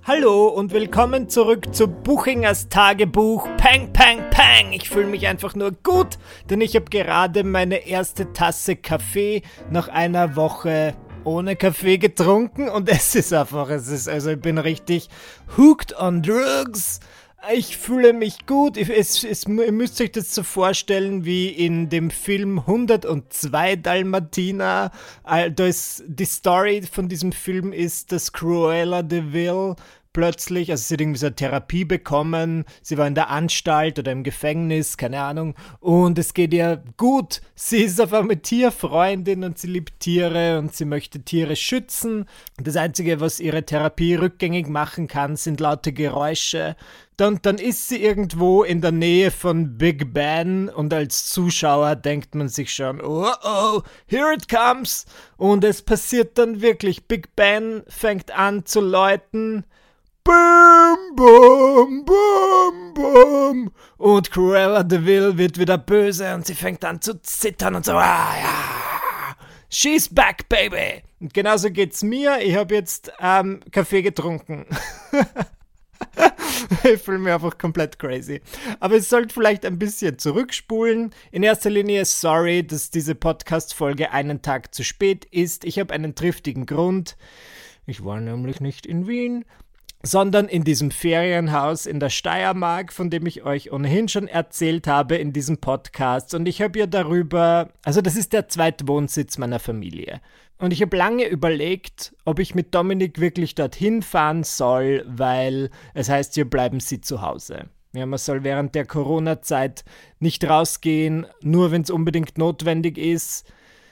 Hallo und willkommen zurück zu Buchingers Tagebuch. Pang, pang, pang. Ich fühle mich einfach nur gut, denn ich habe gerade meine erste Tasse Kaffee nach einer Woche ohne Kaffee getrunken und ich bin richtig hooked on drugs. Ich fühle mich gut. Ihr müsst euch das so vorstellen wie in dem Film 102 Dalmatiner. Die Story von diesem Film ist, dass Cruella de Vil plötzlich, also sie hat irgendwie so eine Therapie bekommen, sie war in der Anstalt oder im Gefängnis, keine Ahnung, und es geht ihr gut. Sie ist auf einmal Tierfreundin und sie liebt Tiere und sie möchte Tiere schützen. Das Einzige, was ihre Therapie rückgängig machen kann, sind laute Geräusche. Dann ist sie irgendwo in der Nähe von Big Ben und als Zuschauer denkt man sich schon, oh, here it comes. Und es passiert dann wirklich. Big Ben fängt an zu läuten. Bum, bum, bum, bum. Und Cruella de Vil wird wieder böse und sie fängt an zu zittern und so, ja. She's back, baby. Und genauso geht's mir. Ich habe jetzt Kaffee getrunken. Ich fühle mich einfach komplett crazy. Aber ich sollte vielleicht ein bisschen zurückspulen. In erster Linie sorry, dass diese Podcast-Folge einen Tag zu spät ist. Ich habe einen triftigen Grund. Ich war nämlich nicht in Wien, sondern in diesem Ferienhaus in der Steiermark, von dem ich euch ohnehin schon erzählt habe in diesem Podcast. Und ich habe ja darüber, also das ist der Zweitwohnsitz meiner Familie. Und ich habe lange überlegt, ob ich mit Dominik wirklich dorthin fahren soll, weil es heißt, hier bleiben sie zu Hause. Ja, man soll während der Corona-Zeit nicht rausgehen, nur wenn es unbedingt notwendig ist.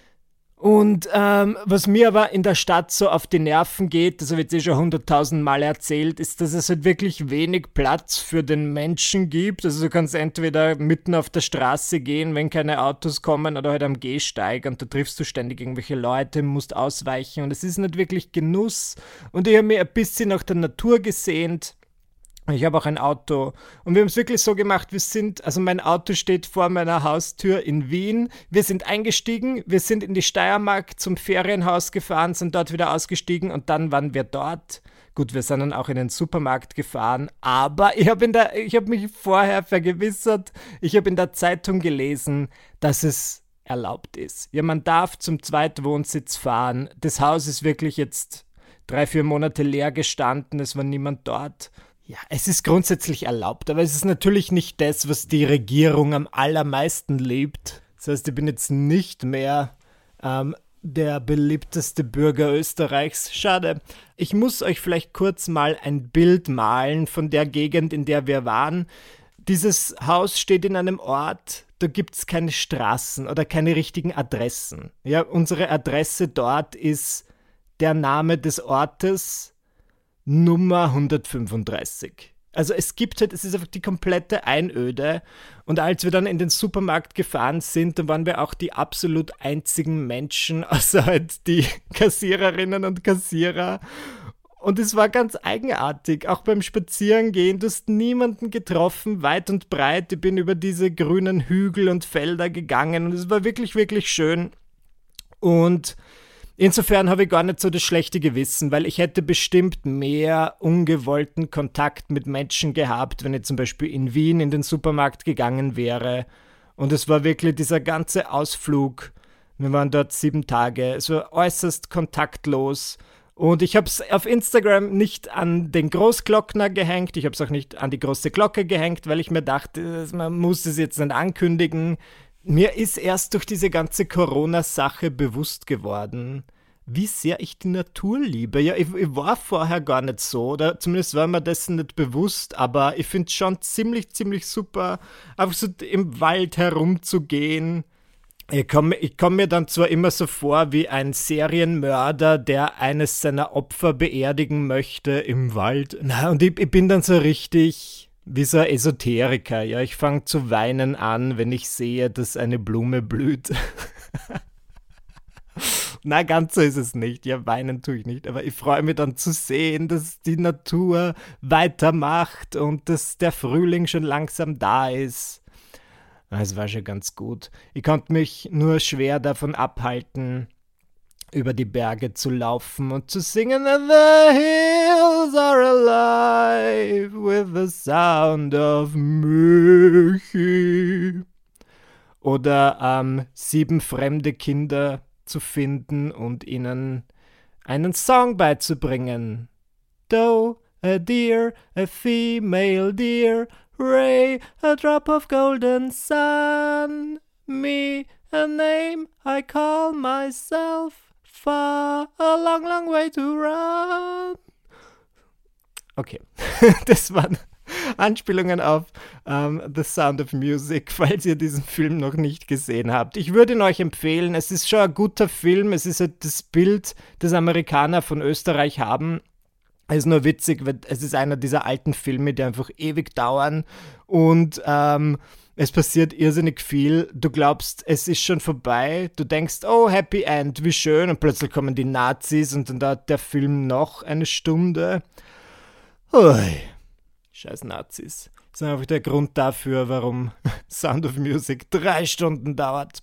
Und was mir aber in der Stadt so auf die Nerven geht, das habe ich jetzt schon 100.000 Mal erzählt, ist, dass es halt wirklich wenig Platz für den Menschen gibt. Also du kannst entweder mitten auf der Straße gehen, wenn keine Autos kommen, oder halt am Gehsteig und da triffst du ständig irgendwelche Leute, musst ausweichen und es ist nicht wirklich Genuss. Und ich habe mir ein bisschen nach der Natur gesehnt. Ich habe auch ein Auto und wir haben es wirklich so gemacht, mein Auto steht vor meiner Haustür in Wien, wir sind eingestiegen, wir sind in die Steiermark zum Ferienhaus gefahren, sind dort wieder ausgestiegen und dann waren wir dort. Gut, wir sind dann auch in den Supermarkt gefahren, aber ich habe mich vorher vergewissert, ich habe in der Zeitung gelesen, dass es erlaubt ist. Ja, man darf zum Zweitwohnsitz fahren, das Haus ist wirklich jetzt 3-4 Monate leer gestanden, es war niemand dort. Ja, es ist grundsätzlich erlaubt, aber es ist natürlich nicht das, was die Regierung am allermeisten liebt. Das heißt, ich bin jetzt nicht mehr der beliebteste Bürger Österreichs. Schade. Ich muss euch vielleicht kurz mal ein Bild malen von der Gegend, in der wir waren. Dieses Haus steht in einem Ort, da gibt es keine Straßen oder keine richtigen Adressen. Ja, unsere Adresse dort ist der Name des Ortes, Nummer 135. Also es ist einfach die komplette Einöde. Und als wir dann in den Supermarkt gefahren sind, dann waren wir auch die absolut einzigen Menschen, außer halt die Kassiererinnen und Kassierer. Und es war ganz eigenartig, auch beim Spazierengehen. Du hast niemanden getroffen, weit und breit. Ich bin über diese grünen Hügel und Felder gegangen und es war wirklich, wirklich schön. Und insofern habe ich gar nicht so das schlechte Gewissen, weil ich hätte bestimmt mehr ungewollten Kontakt mit Menschen gehabt, wenn ich zum Beispiel in Wien in den Supermarkt gegangen wäre. Und es war wirklich dieser ganze Ausflug. Wir waren dort 7 Tage. Es war äußerst kontaktlos. Und ich habe es auf Instagram nicht an den Großglockner gehängt. Ich habe es auch nicht an die große Glocke gehängt, weil ich mir dachte, man muss es jetzt nicht ankündigen. Mir ist erst durch diese ganze Corona-Sache bewusst geworden, wie sehr ich die Natur liebe. Ja, ich war vorher gar nicht so, oder zumindest war mir dessen nicht bewusst, aber ich finde es schon ziemlich, ziemlich super, einfach so im Wald herumzugehen. Ich komm mir dann zwar immer so vor wie ein Serienmörder, der eines seiner Opfer beerdigen möchte im Wald. Und ich bin dann so richtig wie so ein Esoteriker. Ja, ich fange zu weinen an, wenn ich sehe, dass eine Blume blüht. Na, ganz so ist es nicht. Ja, weinen tue ich nicht. Aber ich freue mich dann zu sehen, dass die Natur weitermacht und dass der Frühling schon langsam da ist. Es war schon ganz gut. Ich konnte mich nur schwer davon abhalten, über die Berge zu laufen und zu singen The hills are the sound of Michi. Oder 7 fremde Kinder zu finden und ihnen einen Song beizubringen. Doe, a deer, a female deer, Ray, a drop of golden sun, me, a name I call myself, far, a long, long way to run. Okay, das waren Anspielungen auf The Sound of Music, falls ihr diesen Film noch nicht gesehen habt. Ich würde ihn euch empfehlen, es ist schon ein guter Film, es ist halt das Bild, das Amerikaner von Österreich haben. Es ist nur witzig, weil es ist einer dieser alten Filme, die einfach ewig dauern und es passiert irrsinnig viel. Du glaubst, es ist schon vorbei, du denkst, oh, Happy End, wie schön, und plötzlich kommen die Nazis und dann dauert der Film noch eine Stunde. Ui, scheiß Nazis. Das ist einfach der Grund dafür, warum Sound of Music 3 Stunden dauert.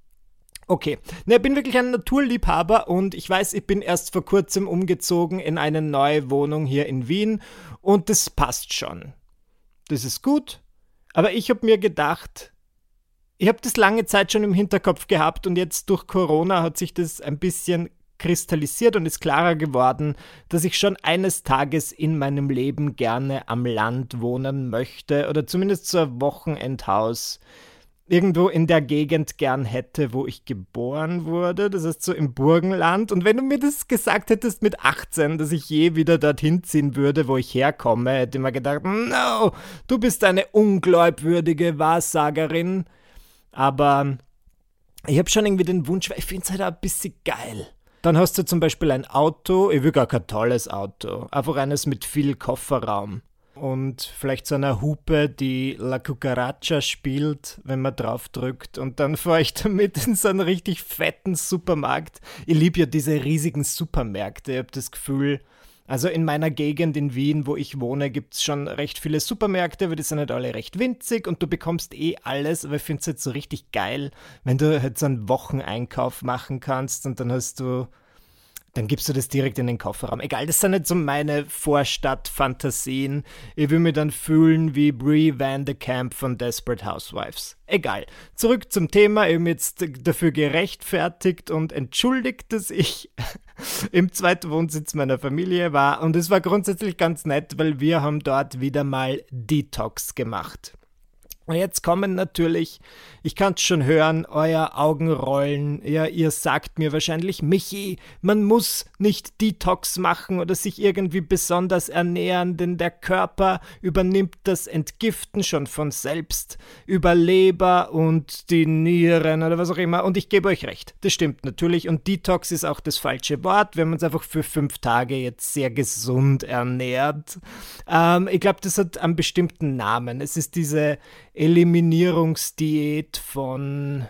Okay, ich bin wirklich ein Naturliebhaber und ich weiß, ich bin erst vor kurzem umgezogen in eine neue Wohnung hier in Wien und das passt schon. Das ist gut, aber ich habe mir gedacht, ich habe das lange Zeit schon im Hinterkopf gehabt und jetzt durch Corona hat sich das ein bisschen kristallisiert und ist klarer geworden, dass ich schon eines Tages in meinem Leben gerne am Land wohnen möchte oder zumindest so ein Wochenendhaus irgendwo in der Gegend gern hätte, wo ich geboren wurde, das heißt so im Burgenland. Und wenn du mir das gesagt hättest mit 18, dass ich je wieder dorthin ziehen würde, wo ich herkomme, hätte ich mir gedacht, no, du bist eine unglaubwürdige Wahrsagerin. Aber ich habe schon irgendwie den Wunsch, weil ich finde es halt auch ein bisschen geil. Dann hast du zum Beispiel ein Auto, ich will gar kein tolles Auto, einfach eines mit viel Kofferraum. Und vielleicht so eine Hupe, die La Cucaracha spielt, wenn man drauf drückt. Und dann fahre ich damit in so einen richtig fetten Supermarkt. Ich liebe ja diese riesigen Supermärkte. Ich habe das Gefühl, also in meiner Gegend in Wien, wo ich wohne, gibt es schon recht viele Supermärkte, aber die sind halt alle recht winzig und du bekommst alles. Aber ich finde es halt so richtig geil, wenn du halt so einen Wocheneinkauf machen kannst und dann gibst du das direkt in den Kofferraum. Egal, das sind nicht so meine Vorstadt-Fantasien. Ich will mich dann fühlen wie Brie Van de Camp von Desperate Housewives. Egal. Zurück zum Thema. Ich habe mich jetzt dafür gerechtfertigt und entschuldigt, dass ich im zweiten Wohnsitz meiner Familie war. Und es war grundsätzlich ganz nett, weil wir haben dort wieder mal Detox gemacht. Und jetzt kommen natürlich, ich kann es schon hören, euer Augenrollen. Ja, ihr sagt mir wahrscheinlich, Michi, man muss nicht Detox machen oder sich irgendwie besonders ernähren, denn der Körper übernimmt das Entgiften schon von selbst über Leber und die Nieren oder was auch immer. Und ich gebe euch recht, das stimmt natürlich. Und Detox ist auch das falsche Wort, wenn man es einfach für 5 Tage jetzt sehr gesund ernährt. Ich glaube, das hat einen bestimmten Namen. Es ist diese Eliminierungsdiät von...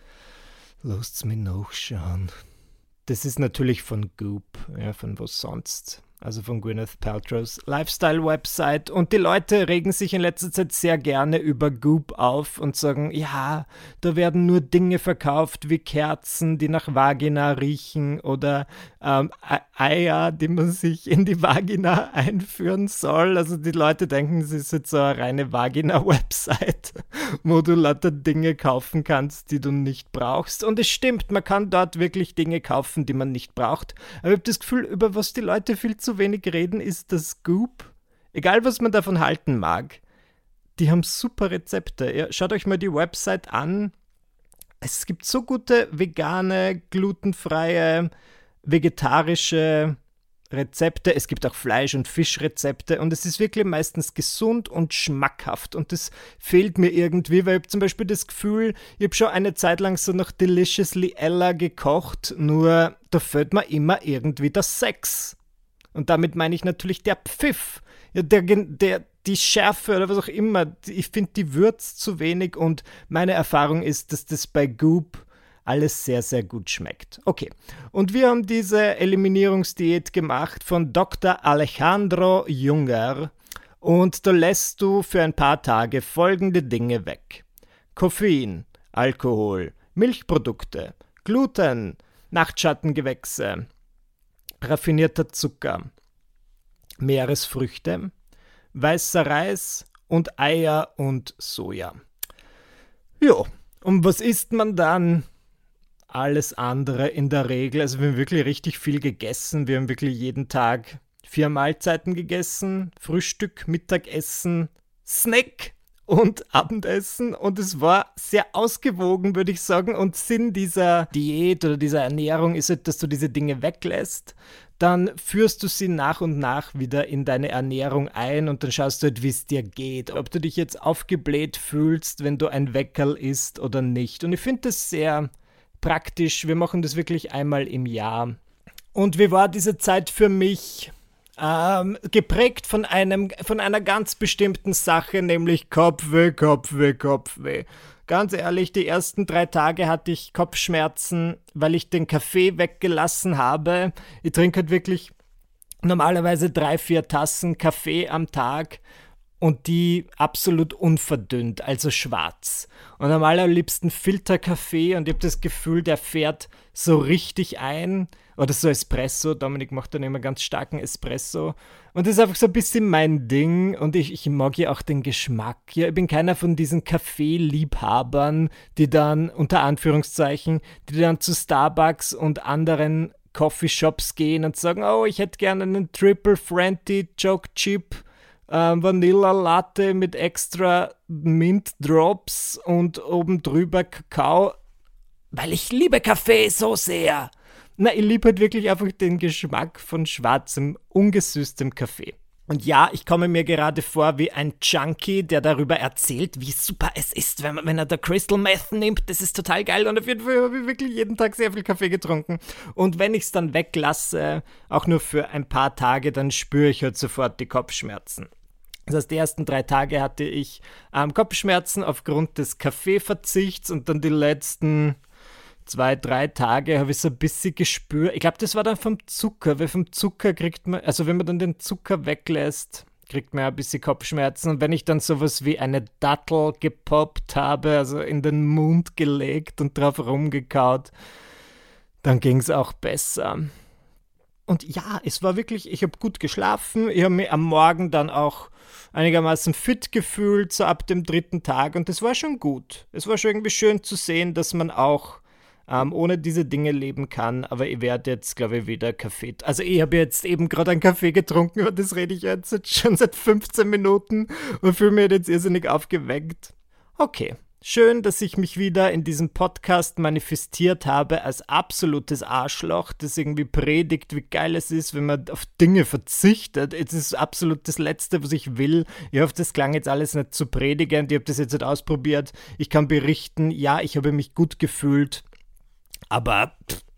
Lasst's mich nachschauen. Das ist natürlich von Goop, ja, von was sonst. Also von Gwyneth Paltrow's Lifestyle-Website. Und die Leute regen sich in letzter Zeit sehr gerne über Goop auf und sagen, ja, da werden nur Dinge verkauft wie Kerzen, die nach Vagina riechen oder Eier, die man sich in die Vagina einführen soll. Also die Leute denken, es ist jetzt so eine reine Vagina-Website, wo du lauter Dinge kaufen kannst, die du nicht brauchst. Und es stimmt, man kann dort wirklich Dinge kaufen, die man nicht braucht. Aber ich habe das Gefühl, über was die Leute viel zu wenig reden, ist das Goop. Egal, was man davon halten mag, die haben super Rezepte. Ja, schaut euch mal die Website an. Es gibt so gute vegane, glutenfreie, vegetarische Rezepte. Es gibt auch Fleisch- und Fischrezepte und es ist wirklich meistens gesund und schmackhaft und das fehlt mir irgendwie, weil ich habe zum Beispiel das Gefühl, ich habe schon eine Zeit lang so nach Deliciously Ella gekocht, nur da fehlt mir immer irgendwie der Sex. Und damit meine ich natürlich der Pfiff, ja, die Schärfe oder was auch immer. Ich finde die Würze zu wenig und meine Erfahrung ist, dass das bei Goop alles sehr, sehr gut schmeckt. Okay, und wir haben diese Eliminierungsdiät gemacht von Dr. Alejandro Junger und da lässt du für ein paar Tage folgende Dinge weg. Koffein, Alkohol, Milchprodukte, Gluten, Nachtschattengewächse, raffinierter Zucker, Meeresfrüchte, weißer Reis und Eier und Soja. Ja, und was isst man dann? Alles andere in der Regel. Also wir haben wirklich richtig viel gegessen. Wir haben wirklich jeden Tag 4 Mahlzeiten gegessen. Frühstück, Mittagessen, Snack und Abendessen. Und es war sehr ausgewogen, würde ich sagen. Und Sinn dieser Diät oder dieser Ernährung ist halt, dass du diese Dinge weglässt. Dann führst du sie nach und nach wieder in deine Ernährung ein und dann schaust du halt, wie es dir geht. Ob du dich jetzt aufgebläht fühlst, wenn du ein Weckerl isst oder nicht. Und ich finde das sehr praktisch. Wir machen das wirklich einmal im Jahr. Und wie war diese Zeit für mich? Geprägt von einer ganz bestimmten Sache, nämlich Kopfweh, Kopfweh, Kopfweh. Ganz ehrlich, die ersten 3 Tage hatte ich Kopfschmerzen, weil ich den Kaffee weggelassen habe. Ich trinke halt wirklich normalerweise 3-4 Tassen Kaffee am Tag und die absolut unverdünnt, also schwarz. Und am allerliebsten Filterkaffee und ich habe das Gefühl, der fährt so richtig ein. Oder so Espresso, Dominik macht dann immer ganz starken Espresso. Und das ist einfach so ein bisschen mein Ding und ich mag ja auch den Geschmack. Ja, ich bin keiner von diesen Kaffeeliebhabern, die dann, unter Anführungszeichen, die dann zu Starbucks und anderen Coffeeshops gehen und sagen, oh, ich hätte gerne einen Triple Franti Choc Chip Vanilla Latte mit extra Mint Drops und oben drüber Kakao, weil ich liebe Kaffee so sehr. Na, ich liebe halt wirklich einfach den Geschmack von schwarzem, ungesüßtem Kaffee. Und ja, ich komme mir gerade vor wie ein Junkie, der darüber erzählt, wie super es ist, wenn er da Crystal Meth nimmt. Das ist total geil und auf jeden Fall habe ich wirklich jeden Tag sehr viel Kaffee getrunken. Und wenn ich es dann weglasse, auch nur für ein paar Tage, dann spüre ich halt sofort die Kopfschmerzen. Das heißt, die ersten 3 Tage hatte ich Kopfschmerzen aufgrund des Kaffeeverzichts und dann die letzten 2-3 Tage habe ich so ein bisschen gespürt. Ich glaube, das war dann vom Zucker, weil vom Zucker kriegt man, also wenn man dann den Zucker weglässt, kriegt man ja ein bisschen Kopfschmerzen. Und wenn ich dann sowas wie eine Dattel gepoppt habe, also in den Mund gelegt und drauf rumgekaut, dann ging es auch besser. Und ja, es war wirklich, ich habe gut geschlafen, ich habe mich am Morgen dann auch einigermaßen fit gefühlt, so ab dem 3. Tag und das war schon gut. Es war schon irgendwie schön zu sehen, dass man auch ohne diese Dinge leben kann, aber ich werde jetzt, glaube ich, wieder Kaffee. Also ich habe jetzt eben gerade einen Kaffee getrunken, über das rede ich jetzt schon seit 15 Minuten und fühle mich jetzt irrsinnig aufgeweckt. Okay, schön, dass ich mich wieder in diesem Podcast manifestiert habe als absolutes Arschloch, das irgendwie predigt, wie geil es ist, wenn man auf Dinge verzichtet. Es ist absolut das Letzte, was ich will. Ich hoffe, das klang jetzt alles nicht zu predigend. Ich habe das jetzt nicht ausprobiert. Ich kann berichten, ja, ich habe mich gut gefühlt. Aber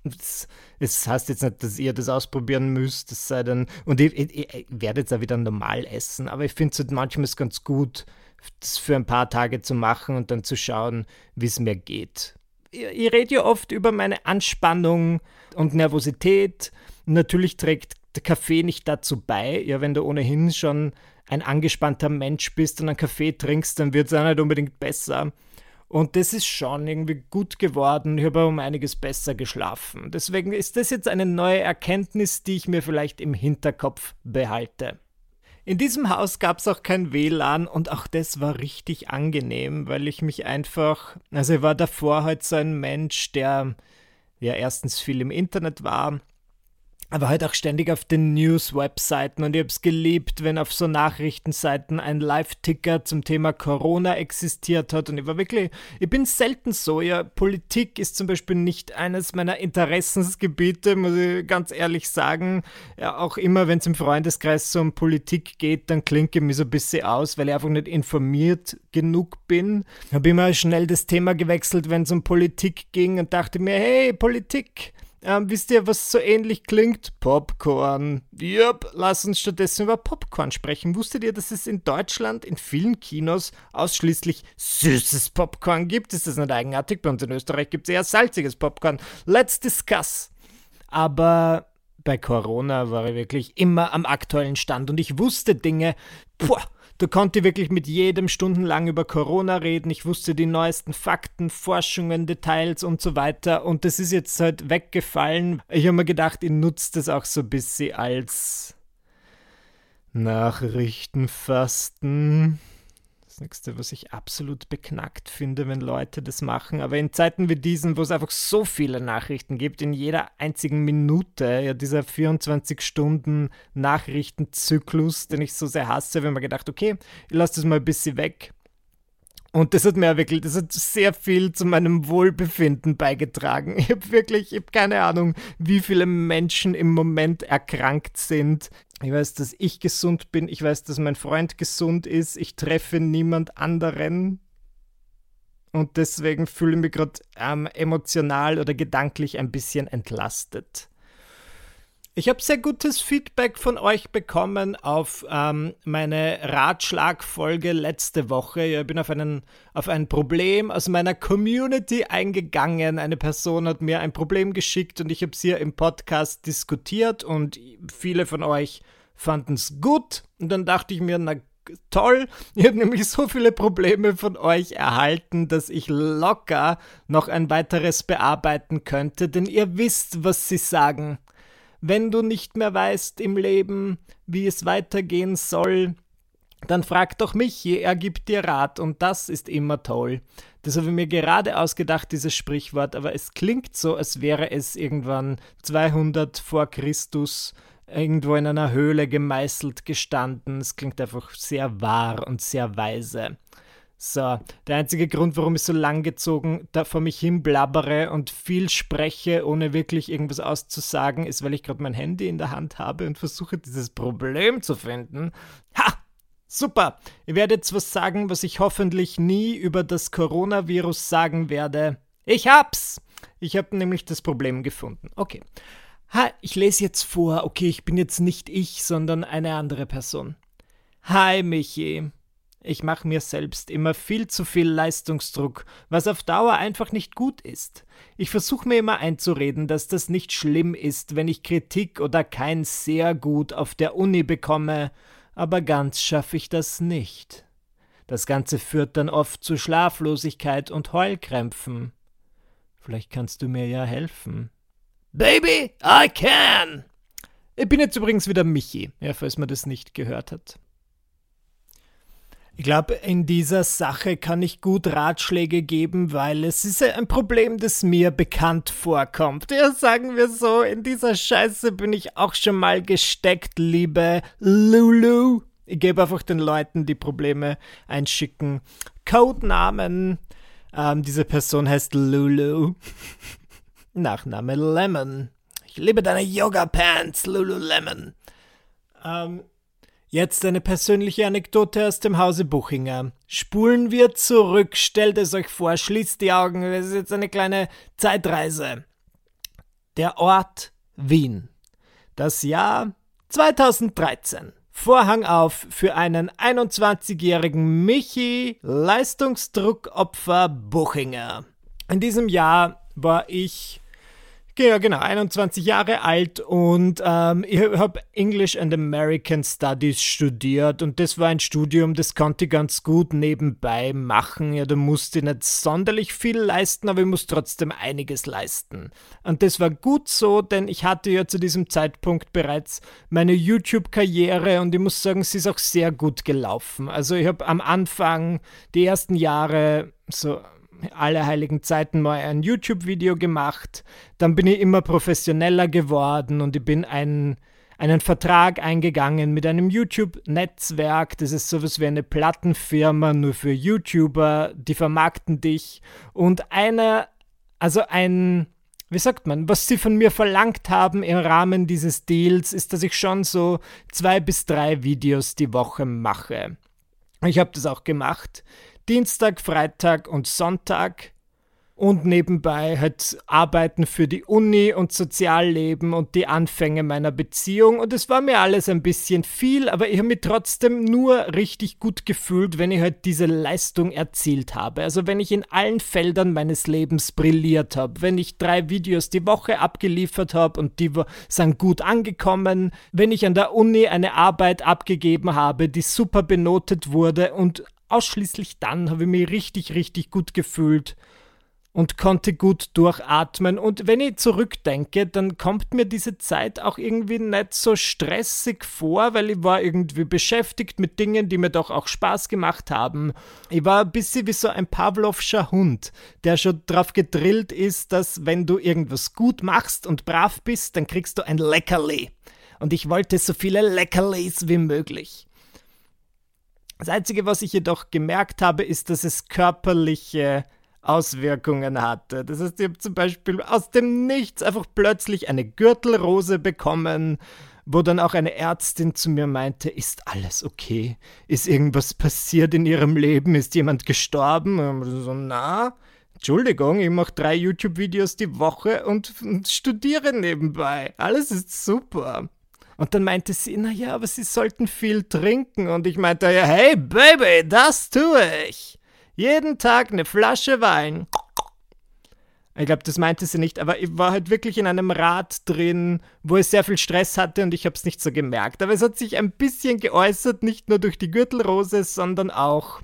es heißt jetzt nicht, dass ihr das ausprobieren müsst, es sei denn, und ich werde jetzt auch wieder normal essen, aber ich finde es halt manchmal ganz gut, das für ein paar Tage zu machen und dann zu schauen, wie es mir geht. Ich rede ja oft über meine Anspannung und Nervosität. Natürlich trägt der Kaffee nicht dazu bei. Ja, wenn du ohnehin schon ein angespannter Mensch bist und einen Kaffee trinkst, dann wird es auch nicht unbedingt besser. Und das ist schon irgendwie gut geworden. Ich habe um einiges besser geschlafen. Deswegen ist das jetzt eine neue Erkenntnis, die ich mir vielleicht im Hinterkopf behalte. In diesem Haus gab es auch kein WLAN und auch das war richtig angenehm, weil ich mich einfach, also ich war davor halt so ein Mensch, der ja erstens viel im Internet war, aber halt auch ständig auf den News-Webseiten und ich habe es geliebt, wenn auf so Nachrichtenseiten ein Live-Ticker zum Thema Corona existiert hat und ich bin selten so, ja, Politik ist zum Beispiel nicht eines meiner Interessensgebiete, muss ich ganz ehrlich sagen, ja, auch immer, wenn es im Freundeskreis so um Politik geht, dann klinke ich mich so ein bisschen aus, weil ich einfach nicht informiert genug bin. Habe immer schnell das Thema gewechselt, wenn es um Politik ging und dachte mir, hey, Politik, wisst ihr, was so ähnlich klingt? Popcorn. Yep, lass uns stattdessen über Popcorn sprechen. Wusstet ihr, dass es in Deutschland in vielen Kinos ausschließlich süßes Popcorn gibt? Ist das nicht eigenartig? Bei uns in Österreich gibt es eher salziges Popcorn. Let's discuss. Aber bei Corona war ich wirklich immer am aktuellen Stand und ich wusste Dinge, da konnte ich wirklich mit jedem stundenlang über Corona reden. Ich wusste die neuesten Fakten, Forschungen, Details und so weiter. Und das ist jetzt halt weggefallen. Ich habe mir gedacht, ich nutze das auch so ein bisschen als Nachrichtenfasten. Das Nächste, was ich absolut beknackt finde, wenn Leute das machen. Aber in Zeiten wie diesen, wo es einfach so viele Nachrichten gibt, in jeder einzigen Minute, ja, dieser 24-Stunden-Nachrichtenzyklus, den ich so sehr hasse, wenn man gedacht, okay, ich lasse das mal ein bisschen weg. Und das hat sehr viel zu meinem Wohlbefinden beigetragen. Ich habe keine Ahnung, wie viele Menschen im Moment erkrankt sind. Ich weiß, dass ich gesund bin. Ich weiß, dass mein Freund gesund ist. Ich treffe niemand anderen. Und deswegen fühle ich mich gerade emotional oder gedanklich ein bisschen entlastet. Ich habe sehr gutes Feedback von euch bekommen auf meine Ratschlagfolge letzte Woche. Ich bin auf ein Problem aus meiner Community eingegangen. Eine Person hat mir ein Problem geschickt und ich habe es hier im Podcast diskutiert und viele von euch fanden es gut. Und dann dachte ich mir, na toll, ich habe nämlich so viele Probleme von euch erhalten, dass ich locker noch ein weiteres bearbeiten könnte, denn ihr wisst, was sie sagen. Wenn du nicht mehr weißt im Leben, wie es weitergehen soll, dann frag doch mich, er gibt dir Rat und das ist immer toll. Das habe ich mir gerade ausgedacht, dieses Sprichwort, aber es klingt so, als wäre es irgendwann 200 vor Christus irgendwo in einer Höhle gemeißelt gestanden. Es klingt einfach sehr wahr und sehr weise. So, der einzige Grund, warum ich so langgezogen da vor mich hin blabbere und viel spreche, ohne wirklich irgendwas auszusagen, ist, weil ich gerade mein Handy in der Hand habe und versuche, dieses Problem zu finden. Ha! Super! Ich werde jetzt was sagen, was ich hoffentlich nie über das Coronavirus sagen werde. Ich hab's! Ich habe nämlich das Problem gefunden. Okay. Ha, ich lese jetzt vor. Okay, ich bin jetzt nicht ich, sondern eine andere Person. Hi, Michi. Ich mache mir selbst immer viel zu viel Leistungsdruck, was auf Dauer einfach nicht gut ist. Ich versuche mir immer einzureden, dass das nicht schlimm ist, wenn ich Kritik oder kein sehr gut auf der Uni bekomme, aber ganz schaffe ich das nicht. Das Ganze führt dann oft zu Schlaflosigkeit und Heulkrämpfen. Vielleicht kannst du mir ja helfen. Baby, I can! Ich bin jetzt übrigens wieder Michi, ja, falls man das nicht gehört hat. Ich glaube, in dieser Sache kann ich gut Ratschläge geben, weil es ist ein Problem, das mir bekannt vorkommt. Ja, sagen wir so, in dieser Scheiße bin ich auch schon mal gesteckt, liebe Lulu. Ich gebe einfach den Leuten, die Probleme einschicken, Codenamen. Diese Person heißt Lulu. Nachname Lemon. Ich liebe deine Yoga-Pants, Lululemon. Jetzt eine persönliche Anekdote aus dem Hause Buchinger. Spulen wir zurück, stellt es euch vor, schließt die Augen, es ist jetzt eine kleine Zeitreise. Der Ort Wien. Das Jahr 2013. Vorhang auf für einen 21-jährigen Michi, Leistungsdruckopfer Buchinger. In diesem Jahr war ich 21 Jahre alt und ich habe English and American Studies studiert und das war ein Studium, das konnte ich ganz gut nebenbei machen. Ja, da musste ich nicht sonderlich viel leisten, aber ich musste trotzdem einiges leisten. Und das war gut so, denn ich hatte ja zu diesem Zeitpunkt bereits meine YouTube-Karriere und ich muss sagen, sie ist auch sehr gut gelaufen. Also ich habe am Anfang, die ersten Jahre, so alle heiligen Zeiten mal ein YouTube-Video gemacht, dann bin ich immer professioneller geworden und ich bin einen Vertrag eingegangen mit einem YouTube-Netzwerk, das ist sowas wie eine Plattenfirma, nur für YouTuber, die vermarkten dich und was sie von mir verlangt haben im Rahmen dieses Deals, ist, dass ich schon so 2 bis 3 Videos die Woche mache. Ich habe das auch gemacht. Dienstag, Freitag und Sonntag und nebenbei halt Arbeiten für die Uni und Sozialleben und die Anfänge meiner Beziehung und es war mir alles ein bisschen viel, aber ich habe mich trotzdem nur richtig gut gefühlt, wenn ich halt diese Leistung erzielt habe. Also wenn ich in allen Feldern meines Lebens brilliert habe, wenn ich 3 Videos die Woche abgeliefert habe und die sind gut angekommen, wenn ich an der Uni eine Arbeit abgegeben habe, die super benotet wurde und ausschließlich dann habe ich mich richtig, richtig gut gefühlt. und konnte gut durchatmen. Und wenn ich zurückdenke, dann kommt mir diese Zeit auch irgendwie nicht so stressig vor, weil ich war irgendwie beschäftigt mit Dingen, die mir doch auch Spaß gemacht haben. Ich war ein bisschen wie so ein Pavlovscher Hund, der schon drauf gedrillt ist, dass wenn du irgendwas gut machst und brav bist, dann kriegst du ein Leckerli. Und ich wollte so viele Leckerlis wie möglich. Das Einzige, was ich jedoch gemerkt habe, ist, dass es körperliche Auswirkungen hatte. Das heißt, ich habe zum Beispiel aus dem Nichts einfach plötzlich eine Gürtelrose bekommen, wo dann auch eine Ärztin zu mir meinte, ist alles okay? Ist irgendwas passiert in ihrem Leben? Ist jemand gestorben? Und so, na, Entschuldigung, ich mache 3 YouTube-Videos die Woche und studiere nebenbei. Alles ist super. Und dann meinte sie, naja, aber Sie sollten viel trinken. Und ich meinte, ja, hey Baby, das tue ich. Jeden Tag eine Flasche Wein. Ich glaube, das meinte sie nicht, aber ich war halt wirklich in einem Rad drin, wo ich sehr viel Stress hatte und ich habe es nicht so gemerkt. Aber es hat sich ein bisschen geäußert, nicht nur durch die Gürtelrose, sondern auch...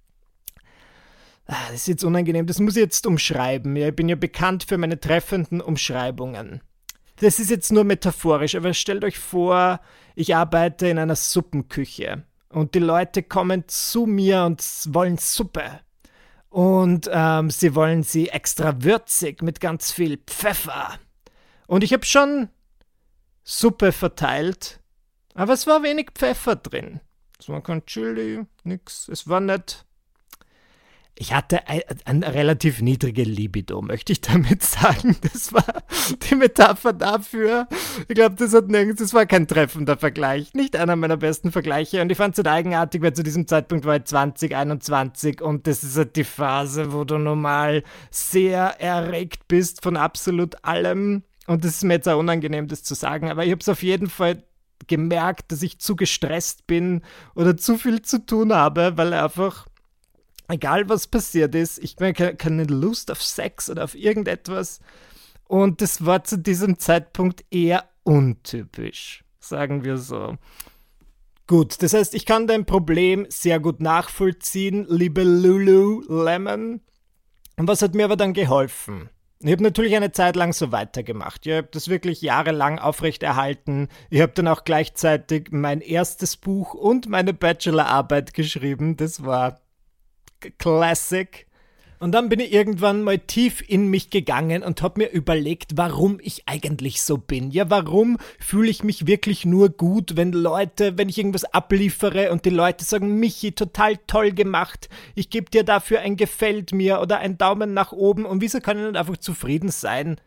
Das ist jetzt unangenehm, das muss ich jetzt umschreiben. Ja, ich bin ja bekannt für meine treffenden Umschreibungen. Das ist jetzt nur metaphorisch, aber stellt euch vor, ich arbeite in einer Suppenküche und die Leute kommen zu mir und wollen Suppe. Und sie wollen sie extra würzig mit ganz viel Pfeffer. Und ich habe schon Suppe verteilt, aber es war wenig Pfeffer drin. Es war kein Chili, nix. Es war nicht... Ich hatte eine relativ niedrige Libido, möchte ich damit sagen. Das war die Metapher dafür. Ich glaube, das war kein treffender Vergleich. Nicht einer meiner besten Vergleiche. Und ich fand es halt eigenartig, weil zu diesem Zeitpunkt war ich 2021 und das ist halt die Phase, wo du normal sehr erregt bist von absolut allem. Und das ist mir jetzt auch unangenehm, das zu sagen. Aber ich habe es auf jeden Fall gemerkt, dass ich zu gestresst bin oder zu viel zu tun habe, weil einfach... Egal was passiert ist, ich habe keine Lust auf Sex oder auf irgendetwas. Und das war zu diesem Zeitpunkt eher untypisch, sagen wir so. Gut, das heißt, ich kann dein Problem sehr gut nachvollziehen, liebe Lululemon. Und was hat mir aber dann geholfen? Ich habe natürlich eine Zeit lang so weitergemacht. Ich habe das wirklich jahrelang aufrechterhalten. Ich habe dann auch gleichzeitig mein erstes Buch und meine Bachelorarbeit geschrieben. Das war... Classic. Und dann bin ich irgendwann mal tief in mich gegangen und habe mir überlegt, warum ich eigentlich so bin. Ja, warum fühle ich mich wirklich nur gut, wenn ich irgendwas abliefere und die Leute sagen, Michi, total toll gemacht, ich gebe dir dafür ein Gefällt mir oder einen Daumen nach oben und wieso kann ich nicht einfach zufrieden sein?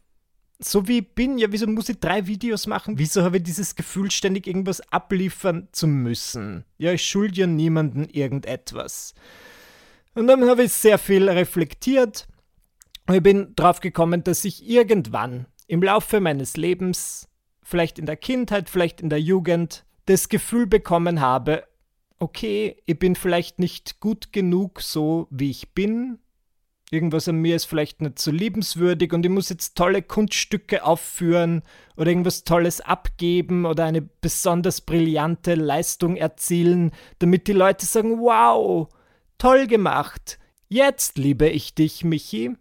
So wie ich bin, ja, wieso muss ich 3 Videos machen? Wieso habe ich dieses Gefühl, ständig irgendwas abliefern zu müssen? Ja, ich schulde ja niemandem irgendetwas. Und dann habe ich sehr viel reflektiert und ich bin drauf gekommen, dass ich irgendwann im Laufe meines Lebens, vielleicht in der Kindheit, vielleicht in der Jugend, das Gefühl bekommen habe, okay, ich bin vielleicht nicht gut genug so, wie ich bin. Irgendwas an mir ist vielleicht nicht so liebenswürdig und ich muss jetzt tolle Kunststücke aufführen oder irgendwas Tolles abgeben oder eine besonders brillante Leistung erzielen, damit die Leute sagen, wow, toll gemacht. Jetzt liebe ich dich, Michi.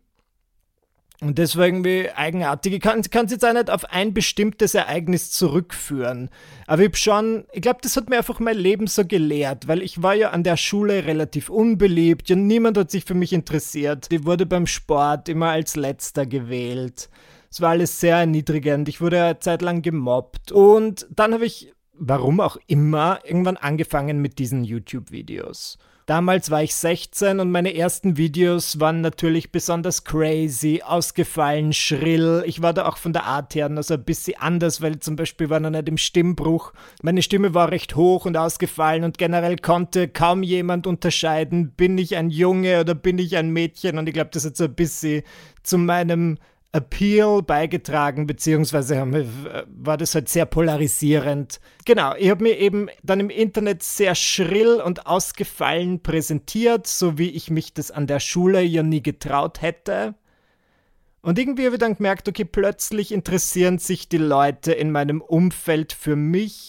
Und das war irgendwie eigenartig. Ich kann es jetzt auch nicht auf ein bestimmtes Ereignis zurückführen. Aber ich glaube, das hat mir einfach mein Leben so gelehrt, weil ich war ja an der Schule relativ unbeliebt. Ja, niemand hat sich für mich interessiert. Ich wurde beim Sport immer als Letzter gewählt. Es war alles sehr erniedrigend. Ich wurde eine Zeit lang gemobbt. Und dann habe ich, warum auch immer, irgendwann angefangen mit diesen YouTube-Videos. Damals war ich 16 und meine ersten Videos waren natürlich besonders crazy, ausgefallen, schrill. Ich war da auch von der Art her noch so ein bisschen anders, weil zum Beispiel war noch nicht im Stimmbruch. Meine Stimme war recht hoch und ausgefallen und generell konnte kaum jemand unterscheiden, bin ich ein Junge oder bin ich ein Mädchen. Und ich glaube, das hat so ein bisschen zu meinem Appeal beigetragen, beziehungsweise war das halt sehr polarisierend. Genau, ich habe mir eben dann im Internet sehr schrill und ausgefallen präsentiert, so wie ich mich das an der Schule ja nie getraut hätte. Und irgendwie habe ich dann gemerkt, okay, plötzlich interessieren sich die Leute in meinem Umfeld für mich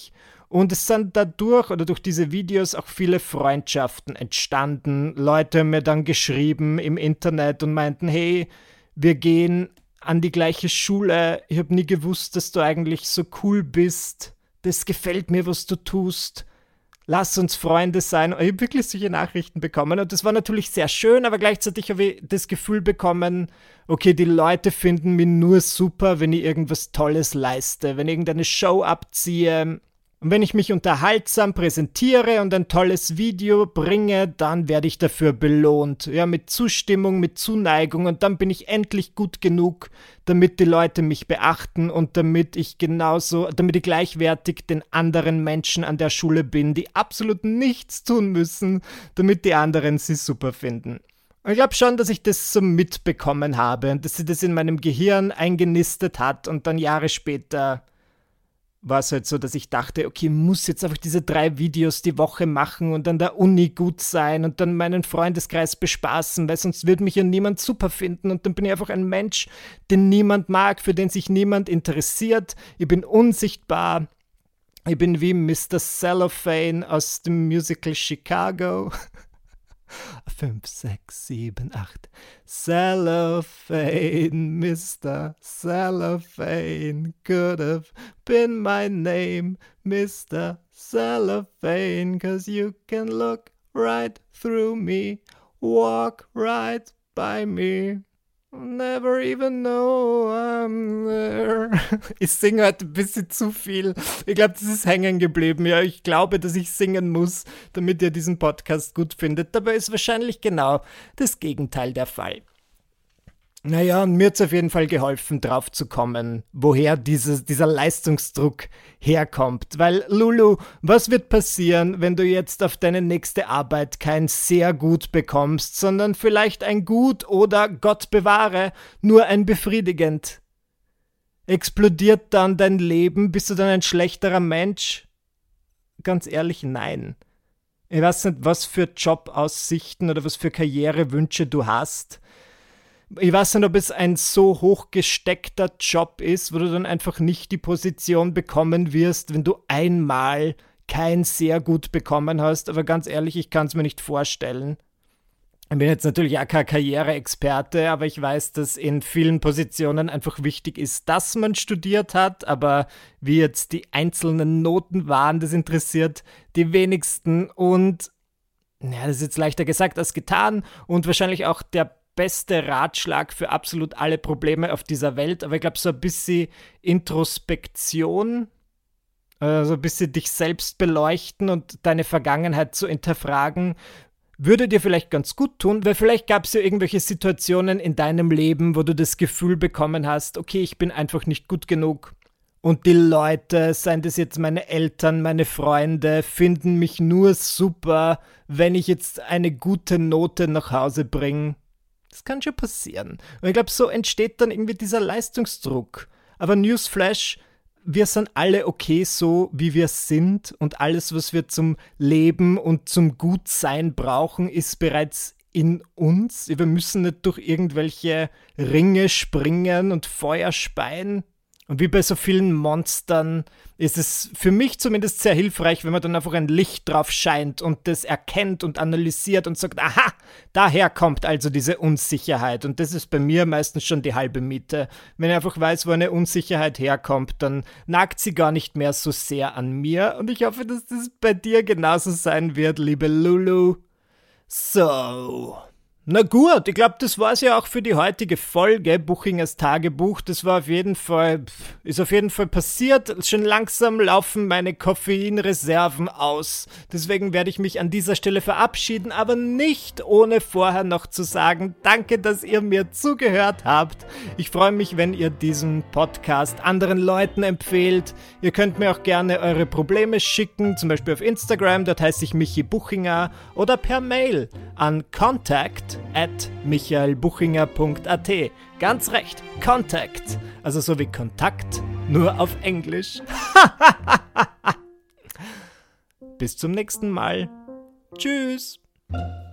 Und es sind dadurch oder durch diese Videos auch viele Freundschaften entstanden. Leute haben mir dann geschrieben im Internet und meinten, hey, wir gehen an die gleiche Schule. Ich habe nie gewusst, dass du eigentlich so cool bist. Das gefällt mir, was du tust. Lass uns Freunde sein. Ich habe wirklich solche Nachrichten bekommen und das war natürlich sehr schön, aber gleichzeitig habe ich das Gefühl bekommen, okay, die Leute finden mich nur super, wenn ich irgendwas Tolles leiste, wenn ich irgendeine Show abziehe. Und wenn ich mich unterhaltsam präsentiere und ein tolles Video bringe, dann werde ich dafür belohnt. Ja, mit Zustimmung, mit Zuneigung und dann bin ich endlich gut genug, damit die Leute mich beachten und damit ich gleichwertig den anderen Menschen an der Schule bin, die absolut nichts tun müssen, damit die anderen sie super finden. Und ich glaube schon, dass ich das so mitbekommen habe und dass sie das in meinem Gehirn eingenistet hat und dann Jahre später war es halt so, dass ich dachte, okay, ich muss jetzt einfach diese 3 Videos die Woche machen und an der Uni gut sein und dann meinen Freundeskreis bespaßen, weil sonst wird mich ja niemand super finden und dann bin ich einfach ein Mensch, den niemand mag, für den sich niemand interessiert. Ich bin unsichtbar. Ich bin wie Mr. Cellophane aus dem Musical Chicago. 5, 6, 7, 8. Cellophane, Mr. Cellophane, could have been my name, Mr. Cellophane, 'cause you can look right through me, walk right by me. Never even know I'm there. Ich singe heute ein bisschen zu viel. Ich glaube, das ist hängen geblieben. Ja, ich glaube, dass ich singen muss, damit ihr diesen Podcast gut findet. Dabei ist wahrscheinlich genau das Gegenteil der Fall. Naja, und mir hat es auf jeden Fall geholfen, drauf zu kommen, woher dieser Leistungsdruck herkommt. Weil, Lulu, was wird passieren, wenn du jetzt auf deine nächste Arbeit kein sehr gut bekommst, sondern vielleicht ein gut oder, Gott bewahre, nur ein befriedigend? Explodiert dann dein Leben? Bist du dann ein schlechterer Mensch? Ganz ehrlich, nein. Ich weiß nicht, was für Jobaussichten oder was für Karrierewünsche du hast. Ich weiß nicht, ob es ein so hochgesteckter Job ist, wo du dann einfach nicht die Position bekommen wirst, wenn du einmal kein sehr gut bekommen hast. Aber ganz ehrlich, ich kann es mir nicht vorstellen. Ich bin jetzt natürlich auch kein Karriereexperte, aber ich weiß, dass in vielen Positionen einfach wichtig ist, dass man studiert hat. Aber wie jetzt die einzelnen Noten waren, das interessiert die wenigsten. Und ja, das ist jetzt leichter gesagt als getan und wahrscheinlich auch der beste Ratschlag für absolut alle Probleme auf dieser Welt, aber ich glaube, so ein bisschen Introspektion, so ein bisschen dich selbst beleuchten und deine Vergangenheit zu hinterfragen, würde dir vielleicht ganz gut tun, weil vielleicht gab es ja irgendwelche Situationen in deinem Leben, wo du das Gefühl bekommen hast, okay, ich bin einfach nicht gut genug. Und die Leute, seien das jetzt meine Eltern, meine Freunde, finden mich nur super, wenn ich jetzt eine gute Note nach Hause bringe. Das kann schon passieren. Und ich glaube, so entsteht dann irgendwie dieser Leistungsdruck. Aber Newsflash, wir sind alle okay so, wie wir sind. Und alles, was wir zum Leben und zum Gutsein brauchen, ist bereits in uns. Wir müssen nicht durch irgendwelche Ringe springen und Feuer speien. Und wie bei so vielen Monstern ist es für mich zumindest sehr hilfreich, wenn man dann einfach ein Licht drauf scheint und das erkennt und analysiert und sagt, aha, daher kommt also diese Unsicherheit. Und das ist bei mir meistens schon die halbe Miete. Wenn ich einfach weiß, wo eine Unsicherheit herkommt, dann nagt sie gar nicht mehr so sehr an mir. Und ich hoffe, dass das bei dir genauso sein wird, liebe Lulu. So. Na gut, ich glaube, das war es ja auch für die heutige Folge, Buchingers Tagebuch. Das war ist auf jeden Fall passiert. Schon langsam laufen meine Koffeinreserven aus. Deswegen werde ich mich an dieser Stelle verabschieden, aber nicht ohne vorher noch zu sagen, danke, dass ihr mir zugehört habt. Ich freue mich, wenn ihr diesen Podcast anderen Leuten empfehlt. Ihr könnt mir auch gerne eure Probleme schicken, zum Beispiel auf Instagram, dort heiße ich Michi Buchinger, oder per Mail an contact@michaelbuchinger.at. Ganz recht, Contact. Also so wie Kontakt, nur auf Englisch. Bis zum nächsten Mal. Tschüss.